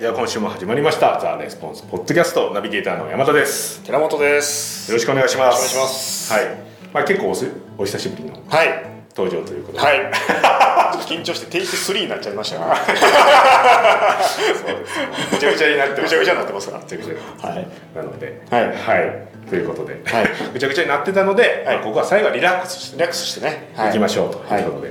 では今週も始まりましたザ・レスポンスポッドキャストナビゲーターの山田です。 寺本です。 よろしくお願いします。 お願いします。 はい、結構お久しぶりの登場ということで、 はい、ちょっと緊張してテイク3になっちゃいましたがそうですね、ぐちゃぐちゃになってます。 ぐちゃぐちゃになってますから、 ぐちゃぐちゃになので、 はい、 ということで、ぐちゃぐちゃになってたので、ここは最後はリラックスしてね、いきましょうということで、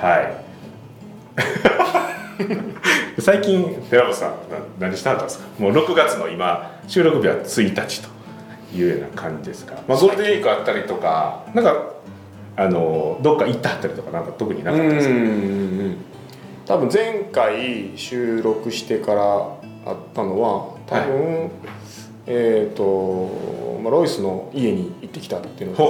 最近寺本さん何してはったんですか？もう6月の今収録日は1日というような感じですが、ゴールデンウィークあったりとか、なんかどっか行ってはったりとか、なんか特になかったですか？ 多分前回収録してからあったのは多分、ロイスの家に行ってきたっていうの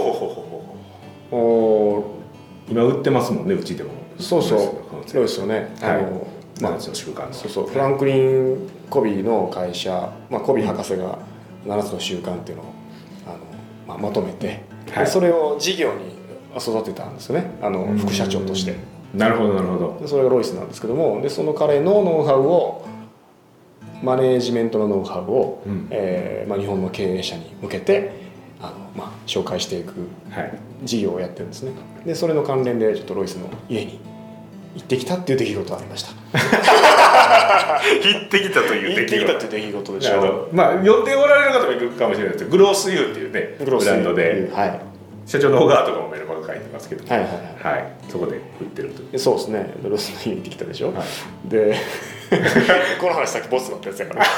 今売ってますもんね、うちでも。 そうロイスのね、 7つの習慣のフランクリン・コビーの会社、コビー博士が7つの習慣っていうのをまとめて、それを事業に育てたんですよね、副社長として。 なるほどなるほど。 でそれがロイスなんですけども、でその彼のノウハウを、マネージメントのノウハウを、日本の経営者に向けて紹介していく事業をやってるんですね。でそれの関連でちょっとロイスの家に行ってきたっていう出来事がありました。 行ってきたという出来事でしょう。 呼んでおられる方もいるかもしれないですけど、グロースユーっていうねブランドで、社長の小川とかもメルマガ書いてますけど、そこで売ってるという。 そうですね、ロイスの家に行ってきたでしょ。でこの話さっきボスのってやつやから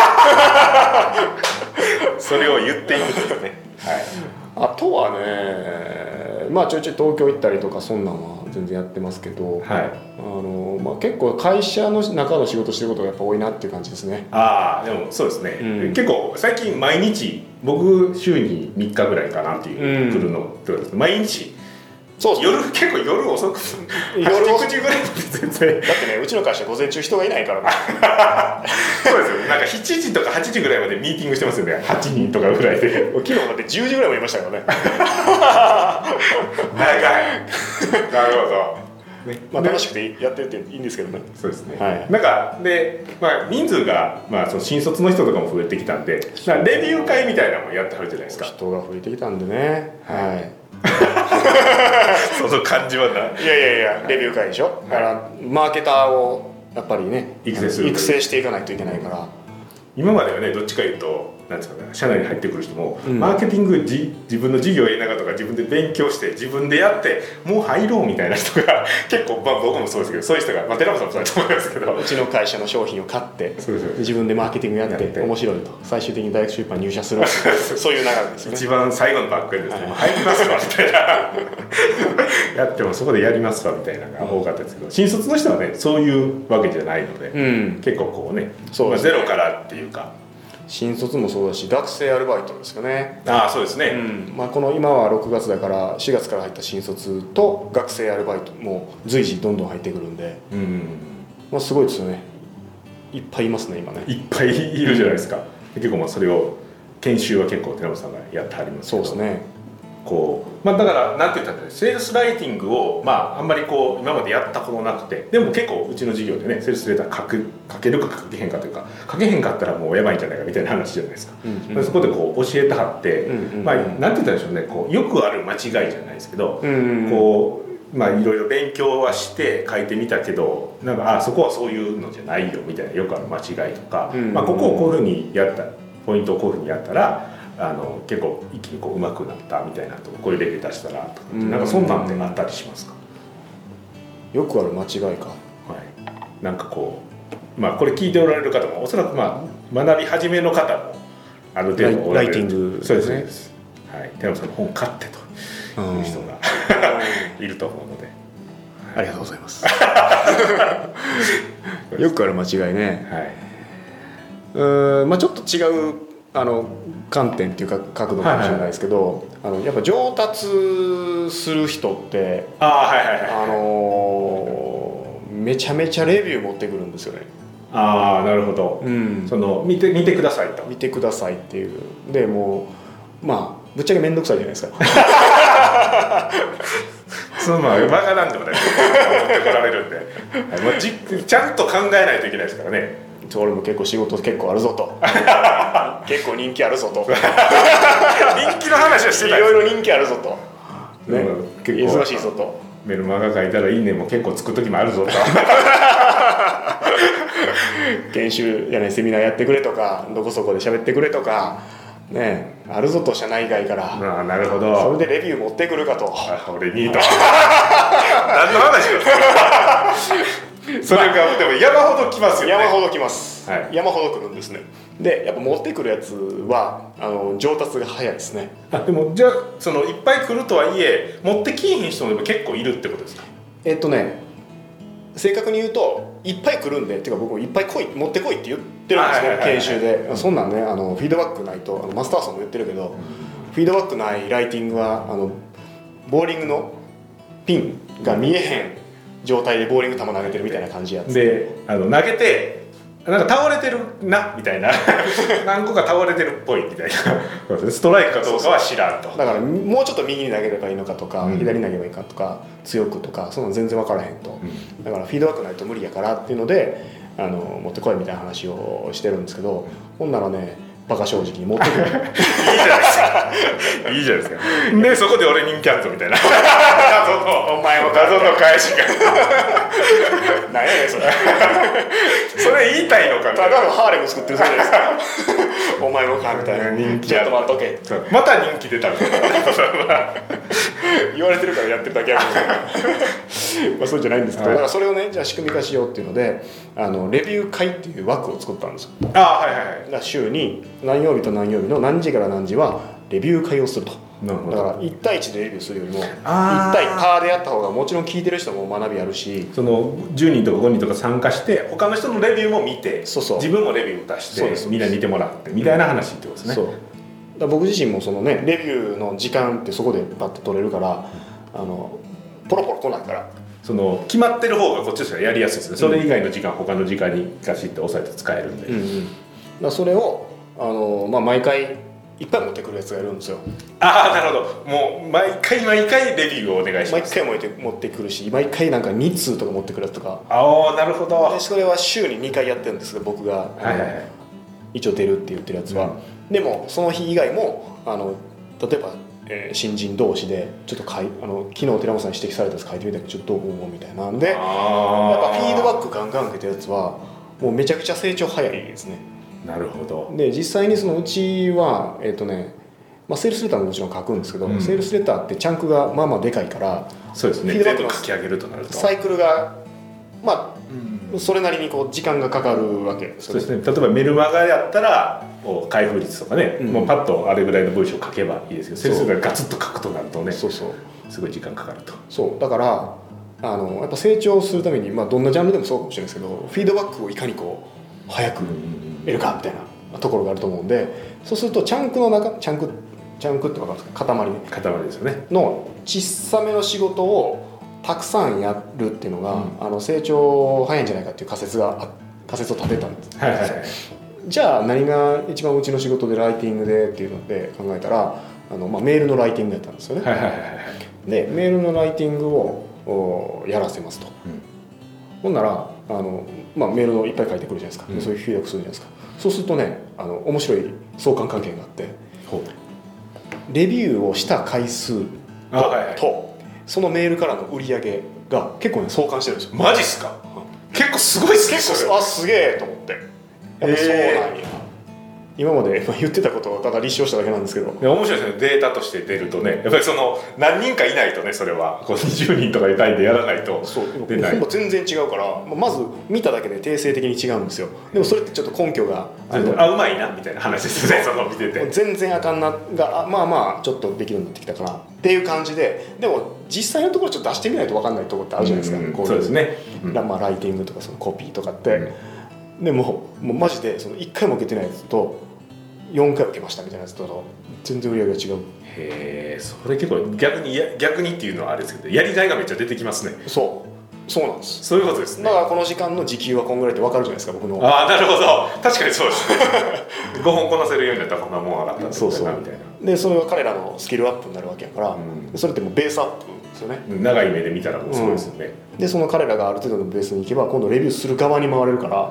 それを言っていくとですね。 あとはね、ちょいちょい東京行ったりとか、そんなんは全然やってますけど、結構会社の中の仕事してることがやっぱ多いなっていう感じですね。 でもそうですね、結構最近毎日、僕週に3日ぐらいかなっていう来るのってことです。毎日結構夜遅く8時ぐらいまで全然。 だってね、うちの会社午前中人がいないからねそうですよ、なんか7時とか8時ぐらいまでミーティングしてますよね、8人とかぐらいで。 昨日まで10時ぐらいもいましたからね長い。なるほど、 楽しくてやってていいんですけどね。 そうですね、なんかで、人数が、その新卒の人とかも増えてきたんで、レビュー会みたいなのもやってはるじゃないですか。 人が増えてきたんでね。 その感じはないやレビュー会でしょ。だからマーケターをやっぱりね育成していかないといけないから。 今まではね、どっちかいうとなんですかね、社内に入ってくる人も、マーケティング自分の事業をやりながらとか自分で勉強して自分でやってもう入ろうみたいな人が結構、僕もそうですけど、そういう人が、寺本さんもそうだと思いますけど、 うちの会社の商品を買って自分でマーケティングやって面白いと、最終的に大学出版入社するそういう流れですよね。 一番最後のバックエンドですね、入りますわみたいなやってもそこでやりますわみたいなのが多かったですけど、新卒の人はねそういうわけじゃないので、結構こうね、ゼロからっていうか、 新卒もそうだし、学生アルバイトですよね。 そうですね、 この今は6月だから4月から入った新卒と学生アルバイトも随時どんどん入ってくるんで、すごいですよね。いっぱいいますね今ね。 いっぱいいるじゃないですか。結構それを研修は結構寺本さんがやってはりますけど。 そうですね。 だからなんて言ったら、セールスライティングをあんまり今までやったことなくて、でも結構うちの事業でね、セールスレター書けるか書けへんかというか、書けへんかったらもうやばいんじゃないかみたいな話じゃないですか。そこで教えてはって、なんて言ったらでしょうね、よくある間違いじゃないですけど、いろいろ勉強はして書いてみたけど、なんかそこはそういうのじゃないよみたいなよくある間違いとか、ここをこういうふうにやったポイントをこういうふうにやったら結構一気に上手くなったみたいなとか、こういうレビュー出したらとか、なんかそんなんであったりしますか？ よくある間違いか。 なんかこれ聞いておられる方もおそらく学び始めの方もある程度おられる。 ライティング。 そうですね。寺本さんの本買ってという人がいると思うので、 ありがとうございますよくある間違いね。ちょっと違う観点っていうか角度かもしれないですけど、やっぱ上達する人ってめちゃめちゃレビュー持ってくるんですよね。 なるほど、その見てくださいと。 見てくださいっていう。でもうぶっちゃけ面倒くさいじゃないですかそのバカなんでもないと思ってこられるんでちゃんと考えないといけないですからね。 俺も結構仕事結構あるぞと結構人気あるぞと人気の話はしてたいろいろ人気あるぞと、ね、 結構忙しいぞと、 メルマガ書いたらいいねも結構つく時もあるぞと研修じゃないセミナーやってくれとかどこそこで喋ってくれとかねあるぞと社内外から、 ああなるほど、 それでレビュー持ってくるかと俺にと何の話ですかそれがでも山ほど来ますよね。 山ほど来ます、 はい、 山ほど来るんですね。でやっぱ持ってくるやつは上達が早いですね。 でもじゃあそのいっぱい来るとはいえ持ってきいひん人も結構いるってことですか？ 正確に言うといっぱい来るんでっていうか僕もいっぱい持ってこいって言ってるんですよ、研修で。そんなんねフィードバックないとマスターソンも言ってるけど、フィードバックないライティングはボーリングのピンが見えへん状態でボーリング球投げてるみたいな感じやつで投げてなんか倒れてるなみたいな何個か倒れてるっぽいみたいなストライクかどうかは知らんと。 だからもうちょっと右に投げればいいのかとか、左に投げればいいかとか強くとかそんなの全然分からへんと、だからフィードバックないと無理やからっていうので持ってこいみたいな話をしてるんですけど、ほんならねバカ正直に持ってくるいいじゃないですかいいじゃないですか。でそこで俺人気あるぞみたいなお前も謎の返しが何やねんそれそれ言いたいのかみたいな。 ただのハーレム作ってるじゃないですかお前もかみたいな、 人気ちょっと待っとけまた人気出たみたいな言われてるからやってるだけやまあそうじゃないんですけど、だからそれをねじゃあ仕組み化しようっていうのでレビュー会っていう枠を作ったんですよ。 はいはいはい。 だ週に何曜日と何曜日の何時から何時はレビュー会をすると。 なるほど。 だから1対1でレビューするよりも1対パーでやった方がもちろん聞いてる人も学びあるし、 その10人とか5人とか参加して他の人のレビューも見て、自分もレビューを出してみんな見てもらってみたいな話ってことですね。 そうだから僕自身もそのねレビューの時間ってそこでパッと取れるからポロポロ来ないから、 その決まってる方がこっちとしてはやりやすいですね。それ以外の時間他の時間にガシッと押さえて使えるんで、 だからそれを毎回いっぱい持ってくるやつがいるんですよ。 なるほど。もう毎回レビューをお願いします。 毎回持ってくるし、毎回なんか2通とか持ってくるやつとか。 なるほど。 でそれは週に2回やってるんですけど、僕が、一応出るって言ってるやつは、でもその日以外も例えば、新人同士でちょっと昨日寺本さんに指摘されたやつ書いてみたけどちょっとどう思うみたいなんで、やっぱフィードバックガンガン受けたやつはもうめちゃくちゃ成長早いですね。 なるほど。 で実際にそのうちはセールスレターももちろん書くんですけど、セールスレターってチャンクがまあまあでかいから、 そうですね、 フィードバックの全部書き上げるとなるとサイクルがそれなりにこう時間がかかるわけですよね。 そうですね。例えばメルマガやったら開封率とかね、もうパッとあれぐらいの文章を書けばいいですけど、セールスレターがガツッと書くとなるとね、すごい時間かかると。 そうだからやっぱ成長するために、どんなジャンルでもそうかもしれないですけど、フィードバックをいかにこう早く得るかみたいなところがあると思うんで、そうするとチャンクの中チャンクって分かるんですか？塊ですよね。 の小さめの仕事をたくさんやるっていうのが、成長早いんじゃないかっていう仮説を立てたんです、じゃあ何が一番うちの仕事でライティングでっていうので考えたらメールのライティングやったんですよね。でメールのライティングをやらせますと、ほんならメールをいっぱい書いてくるじゃないですか、そういうフィードバックするじゃないですか。そうするとね面白い相関関係があって、レビューをした回数とそのメールからの売り上げが結構ね相関してるんですよ。 マジっすか？結構すごいっすね。 結構すげえと思って、やっぱそうなんや。今まで言ってたことをただ立証しただけなんですけど、 面白いですね。データとして出るとね、やっぱりその何人かいないとね、それはこう20人とかいたいでやらないと出ない。 ほんま全然違うから、まず見ただけで定性的に違うんですよ。でもそれってちょっと根拠がうまいなみたいな話ですね。その見てて全然あかんながちょっとできるようになってきたからっていう感じで、でも実際のところちょっと出してみないと分かんないところってあるじゃないですか。 そうですね。 ライティングとかそのコピーとかって、でもマジでその1回も受けてないやつと4回受けましたみたいなやつと全然売り上げが違う。 へえ、それ結構逆にっていうのはあれですけど、やりがいがめっちゃ出てきますね。 そうなんです。 そういうことですね。 だからこの時間の時給はこんぐらいって分かるじゃないですか、僕の。 なるほど。確かにそうですね。5本こなせるようになったらこんなもん上がったんですよねみたいな。 でそれは彼らのスキルアップになるわけやから、それってもうベースアップですよね。 長い目で見たらもうすごいですよね。 でその彼らがある程度のベースに行けば今度レビューする側に回れるから、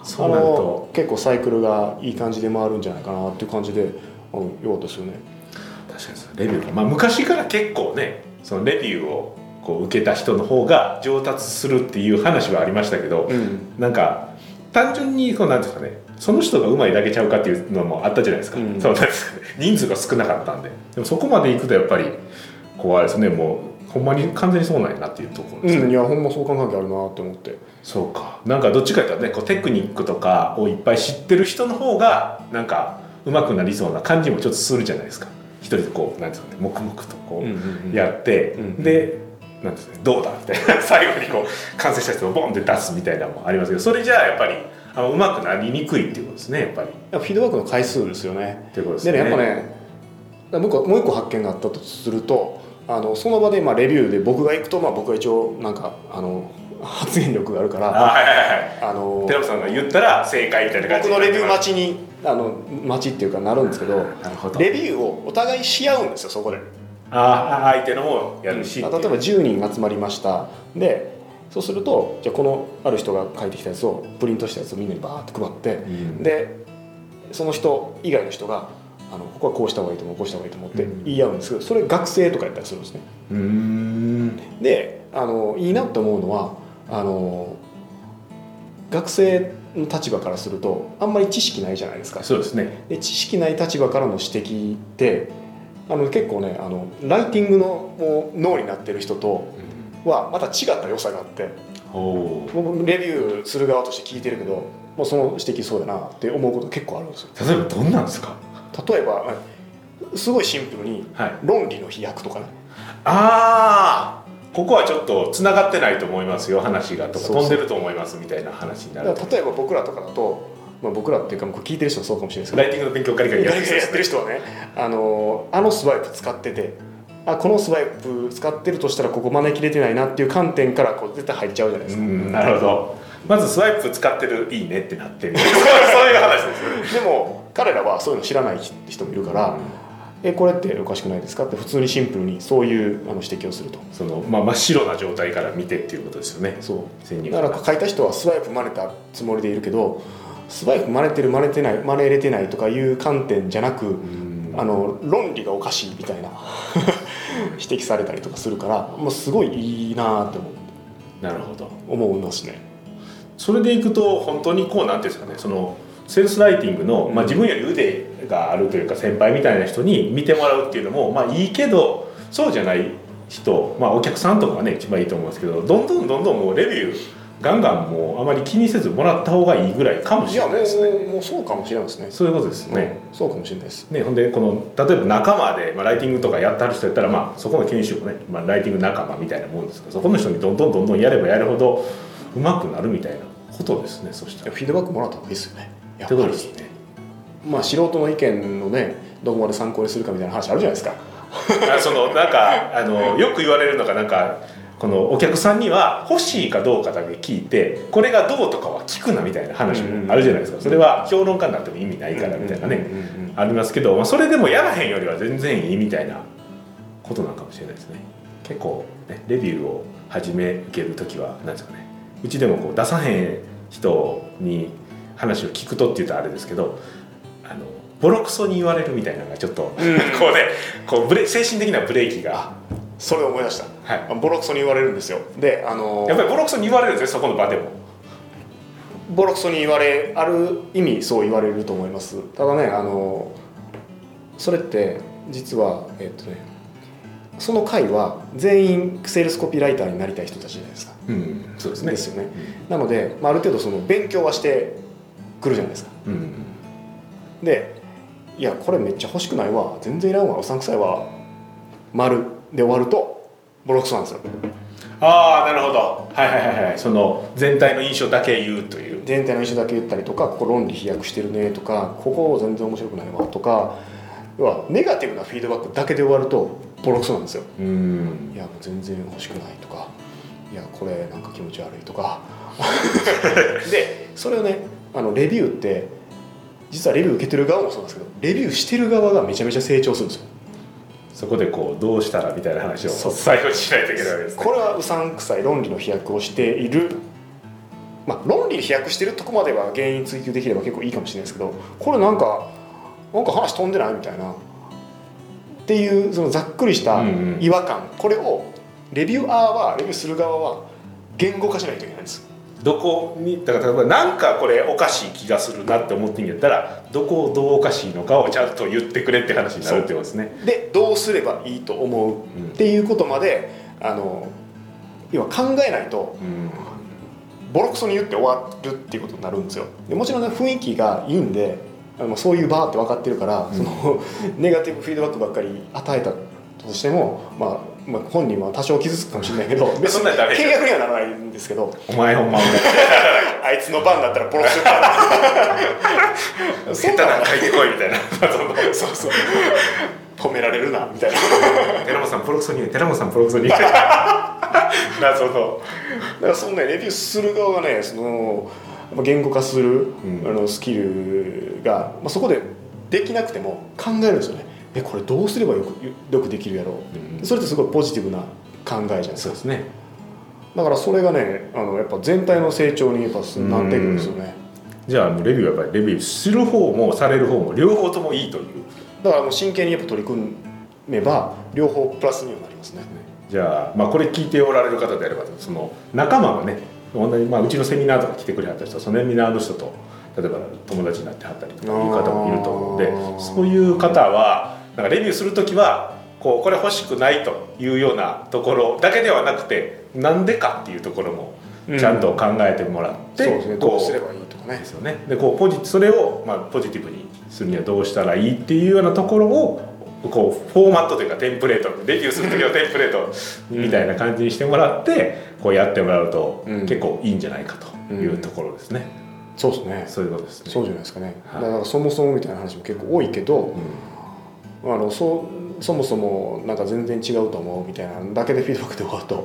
そうなると結構サイクルがいい感じで回るんじゃないかなっていう感じでよかったですよね。 確かにレビューが、昔から結構ねそのレビューをこう受けた人の方が上達するっていう話はありましたけど、なんか単純にこうなんですかね、その人が上手いだけちゃうかっていうのもあったじゃないですか、そうなんですかね、人数が少なかったんで。でもそこまでいくとやっぱりこうあれですね、もうほんまに完全にそうなんやなっていうところですね。 いやほんま相関関係あるなって思って。 そうか、なんかどっちかというとねこうテクニックとかをいっぱい知ってる人の方がなんか上手くなりそうな感じもちょっとするじゃないですか。一人でこうなんですかね、黙々とこうやって、でなんですね、どうだみたいな最後にこう完成した人をボンって出すみたいなのもありますけど、それじゃあやっぱり上手くなりにくいっていうことですね。やっぱりフィードバックの回数ですよね。 っていうことですね。 でね、やっぱね、僕はもう一個発見があったとすると、その場でレビューで僕が行くと、僕は一応なんか発言力があるから、 寺本さんが言ったら正解みたいな感じで僕のレビュー待ちに待ちっていうかなるんですけど、レビューをお互いし合うんですよ、そこで。 相手のもやるし、 例えば10人集まりました。でそうすると、じゃあこのある人が書いてきたやつをプリントしたやつをみんなにバーって配って、でその人以外の人がここはこうした方がいいと思う、こうした方がいいと思って言い合うんですけど、それ学生とかやったりするんですね。でいいなと思うのは学生の立場からするとあんまり知識ないじゃないですか。 そうですね。 で知識ない立場からの指摘って結構ねライティングのもう脳になってる人とはまた違った良さがあって、僕レビューする側として聞いてるけど、もうその指摘そうだなって思うこと結構あるんですよ。 例えばどんなんですか？ 例えばすごいシンプルに論理の飛躍とかね、 ここはちょっとつながってないと思いますよ、話がとか飛んでると思いますみたいな話になる。 例えば僕らとかだと、僕らっていうか聞いてる人はそうかもしれないですけど、ライティングの勉強ガリガリやってる人はね、スワイプ使ってて、このスワイプ使ってるとしたらここ招き入れてないなっていう観点から絶対入っちゃうじゃないですか。 なるほど。まずスワイプ使ってる、いいねってなってるそういう話ですよね。 でも彼らはそういうの知らない人もいるから、これっておかしくないですかって普通にシンプルにそういう指摘をすると。 真っ白な状態から見てっていうことですよね。 そうだから書いた人はスワイプ真似たつもりでいるけど、スワイプ真似てる真似てない真似れてないとかいう観点じゃなく、論理がおかしいみたいな指摘されたりとかするから、もうすごいいいなって思いますね。 それでいくと本当にこうなんていうんですかね、セールスライティングの、自分より腕があるというか先輩みたいな人に見てもらうっていうのもいいけど、そうじゃない人、お客さんとかがね一番いいと思うんですけど、どんどんもうレビューガンガンもうあまり気にせずもらった方がいいぐらいかもしれないですね。 もうそうかもしれないですね。 そういうことですね。 そうかもしれないですね。ほんで例えば仲間で、ライティングとかやってはる人やったら、そこの研修もね、ライティング仲間みたいなもんですけど、そこの人にどんどんやればやるほど上手くなるみたいなことですね。そしたらフィードバックもらった方がいいですよね。 ってことですね。 素人の意見のね、どこまで参考にするかみたいな話あるじゃないですか。 なんかよく言われるのがこのお客さんには欲しいかどうかだけ聞いて、これがどうとかは聞くなみたいな話もあるじゃないですか。それは評論家になっても意味ないからみたいなねありますけど、それでもやらへんよりは全然いいみたいなことなのかもしれないですね。結構ね、レビューを始め受けるときはなんですかね、うちでも出さへん人に話を聞くとって言うとあれですけど、ボロクソに言われるみたいなのがちょっと精神的なブレーキが。 それを思い出した、ボロクソに言われるんですよ。でやっぱりボロクソに言われるんですね、そこの場でも。 ボロクソに言われある意味そう言われると思います。ただねそれって実はその会は全員セールスコピーライターになりたい人たちじゃないですか。 そうですね。 ですよね。なので、ある程度勉強はしてくるじゃないですか。で、いやこれめっちゃ欲しくないわ、全然いらんわ、うさんくさいわ、丸で終わるとボロクソなんですよ。 なるほど。その全体の印象だけ言うという。 全体の印象だけ言ったりとか、ここ論理飛躍してるねとか、ここ全然面白くないわとか、要はネガティブなフィードバックだけで終わるとボロクソなんですよ。いやもう全然欲しくないとか、いやこれなんか気持ち悪いとかでそれをねレビューって実はレビュー受けてる側もそうなんですけど、レビューしてる側がめちゃめちゃ成長するんですよ。 そこでどうしたらみたいな話を最後にしないといけないわけですね。 これはうさんくさい論理の飛躍をしている論理に飛躍してるとこまでは原因追求できれば結構いいかもしれないですけど、これなんか話飛んでないみたいなっていうそのざっくりした違和感、これをレビューする側は言語化しないといけないんです。 どこにだから例えばなんかこれおかしい気がするなって思ってんやったらどこをどうおかしいのかをちゃんと言ってくれって話になるってことですね。 でどうすればいいと思うっていうことまで要は考えないと、ボロクソに言って終わるっていうことになるんですよ。でもちろんね雰囲気がいいんでそういうバーって分かってるから、そのネガティブフィードバックばっかり与えたとしても、本人は多少傷つくかもしれないけど別に契約にはならないんですけど、 お前ほんまあいつの番だったらボロクソから下手な書いてこいみたいなそう褒められるなみたいな寺本さんボロクソに寺本さんボロクソに謎のだからそんなレビューする側がねその言語化する、スキルが、そこでできなくても考えるんですよね。これどうすればよくできるやろう、それってすごいポジティブな考えじゃないですか。 そうですね。 だからそれがねやっぱ全体の成長にやっぱなっていくんですよね。 じゃあレビューはやっぱりレビューする方もされる方も両方ともいいという。 だから真剣にやっぱ取り組めば両方プラスにはなりますね。 じゃあ、これ聞いておられる方であればその仲間がね同じ、うちのセミナーとか来てくれはった人はそのセミナーの人と例えば友達になってはったりとかいう方もいると思うので、そういう方はなんかレビューするときはこれ欲しくないというようなところだけではなくてなんでかっていうところもちゃんと考えてもらって、 そうですね、どうすればいいとかねですよね。でそれをポジティブにするにはどうしたらいいっていうようなところをフォーマットというかテンプレートレビューする時のテンプレートみたいな感じにしてもらってやってもらうと結構いいんじゃないかというところですね。 そうですね。 そういうことですね。 そうじゃないですかね。だからそもそもみたいな話も結構多いけど、そもそもなんか全然違うと思うみたいなだけでフィードバックで終わると、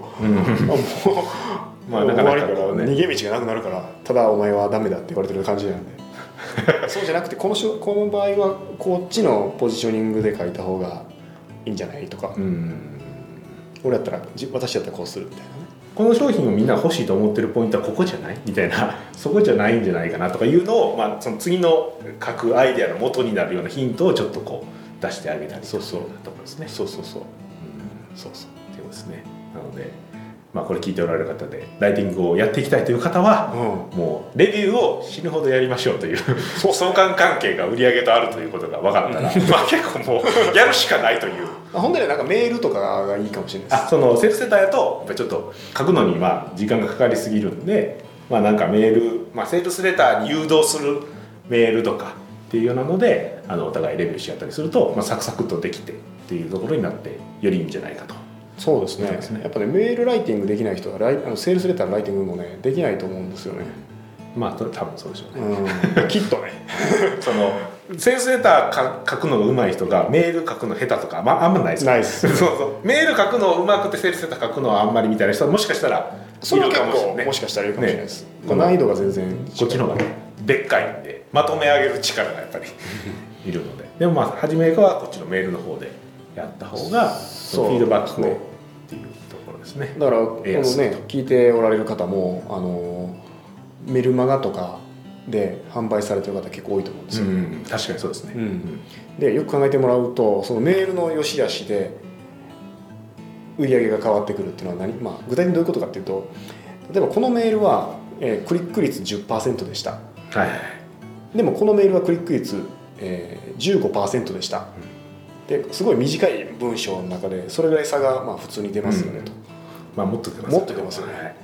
もう終わりから逃げ道がなくなるから、ただお前はダメだって言われてる感じなんでそうじゃなくてこの場合はこっちのポジショニングで書いた方がいいんじゃないとか、俺やったら私だったらこうするみたいなね。 この商品をみんな欲しいと思ってるポイントはここじゃないみたいなそこじゃないんじゃないかなとかいうのを、その次の書くアイデアの元になるようなヒントをちょっと出してあげたりとかところですね。 そうっていうことですね。なのでこれ聞いておられる方でライティングをやっていきたいという方は、もうレビューを死ぬほどやりましょうという相関関係が売り上げとあるということが分かったら結構もうやるしかないという。 ほんでね、なんかメールとかがいいかもしれないです。 そのセールスレターやとちょっと書くのに時間がかかりすぎるんで、なんかメール、セールスレターに誘導するメールとかっていうようなのでお互いレビューし合ったりすると、サクサクとできてっていうところになってよりいいんじゃないかと。 そうですね。やっぱねメールライティングできない人はセールスレターのライティングもねできないと思うんですよね。 多分そうでしょうね。 きっとねそのセールスレター書くのが上手い人がメール書くの下手とか、あんまないです。 ないです。 そうメール書くの上手くてセールスレター書くのはあんまりみたいな人はもしかしたらいるかもしれない。 もしかしたらいるかもしれないです。難易度が全然こっちの方がでっかいんでまとめ上げる力がやっぱりいるので、でも初めはこっちのメールの方でやった方がフィードバックをっていうところですね。 だからこのね聞いておられる方もメルマガとかで販売されてる方結構多いと思うんですよ。 確かにそうですね。 でよく考えてもらうとそのメールの良し悪しで売り上げが変わってくるっていうのは具体的にどういうことかっていうと、例えばこのメールは、クリック率 10% でした、でもこのメールはクリック率、15% でした、ですごい短い文章の中でそれぐらい差が普通に出ますよねと、 もっと出ますよね。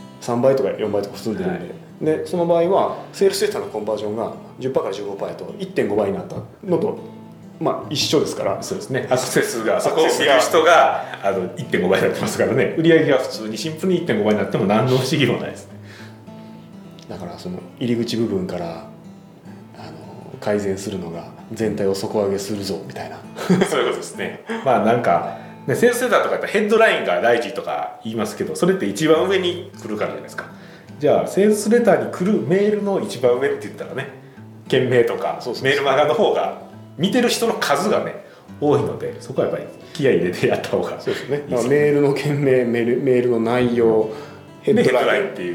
3倍とか4倍とか普通に出るんで、でその場合はセールスレターのコンバージョンが 10% から 15% やと 1.5 倍になったのと一緒ですから。 そうですね。アクセスがそこを見る人が1.5 倍になってますからね。売上が普通にシンプルに 1.5 倍になっても何の不思議もないですね。 だからその入り口部分から改善するのが全体を底上げするぞみたいなそういうことですね。なんかセールスレターとかやったらヘッドラインが大事とか言いますけど、それって一番上に来るからじゃないですか。じゃあセールスレターに来るメールの一番上って言ったらね、件名とかメールマガの方が見てる人の数がね多いので、そこはやっぱり気合い入れてやった方がそうですね。メールの件名、メールの内容、ヘッドラインっていう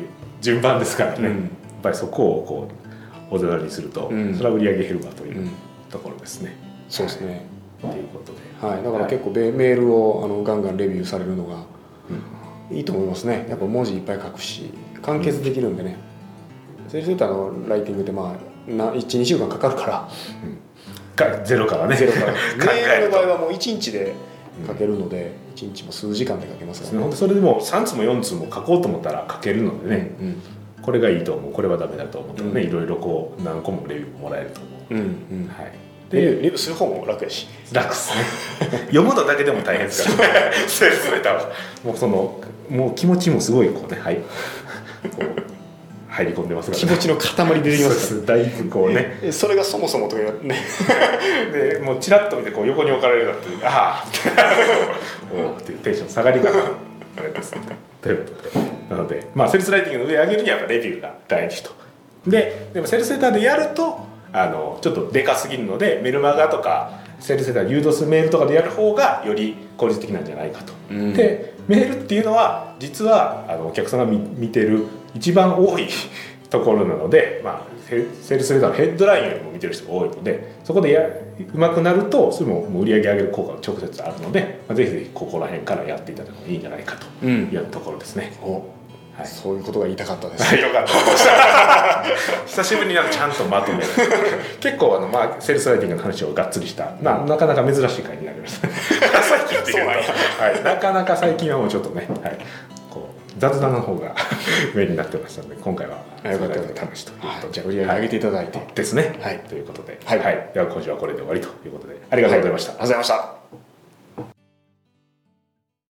順番ですからね、やっぱりそこをこうおざなりにすると、それは売り上げ減るわというところですね。 そうですね。 ということで、 はい、だから結構メールをガンガンレビューされるのがいいと思いますね。やっぱ文字いっぱい書くし完結できるんでね、セールスレターのライティングって12週間かかるから、 ゼロからね、 メールの場合はもう1日で書けるので、1日も数時間で書けますからね。 本当それでも3通も4通も書こうと思ったら書けるのでね、これがいいと思う、これはダメだと思ったらね、いろいろこう何個もレビューもらえると思う。はい。 レビューする方も楽やし、 楽ですね。読むのだけでも大変ですからね。セールスレターはもう気持ちもすごいこうね、はい、こう入り込んでますから、ね、 気持ちの塊出てきますから、 だいぶこうね。 それがそもそもとかね。 でもうチラッと見てこう横に置かれるなっていう、ああおっていうテンション下がりがあれですね。ということで、なのでセールスライティングの上上げるにはやっぱレビューが大事と。でもセールスレターでやるとちょっとでかすぎるので、メルマガとかセールスレター誘導するメールとかでやる方がより効率的なんじゃないかと。でメールっていうのは実はお客さんが見てる一番多いところなので、セールスレターのヘッドラインよりも見てる人が多いので、そこでうまくなるとそれも売り上げ上げる効果が直接あるので、ぜひぜひここら辺からやっていただくのがいいんじゃないかというところですね。はい、そういうことが言いたかったです。よかった久しぶりにちゃんとまとめる結構セールスライティングの話をがっつりした、なかなか珍しい回になりました最近っていうのは、なかなか最近はもうちょっとね、こう雑談の方がメインになってましたので、今回はよかったら試しということで、 じゃあ売り上げ上げていただいてですね、ということで、では今週はこれで終わりということで、ありがとうございました。 ありがとうございました。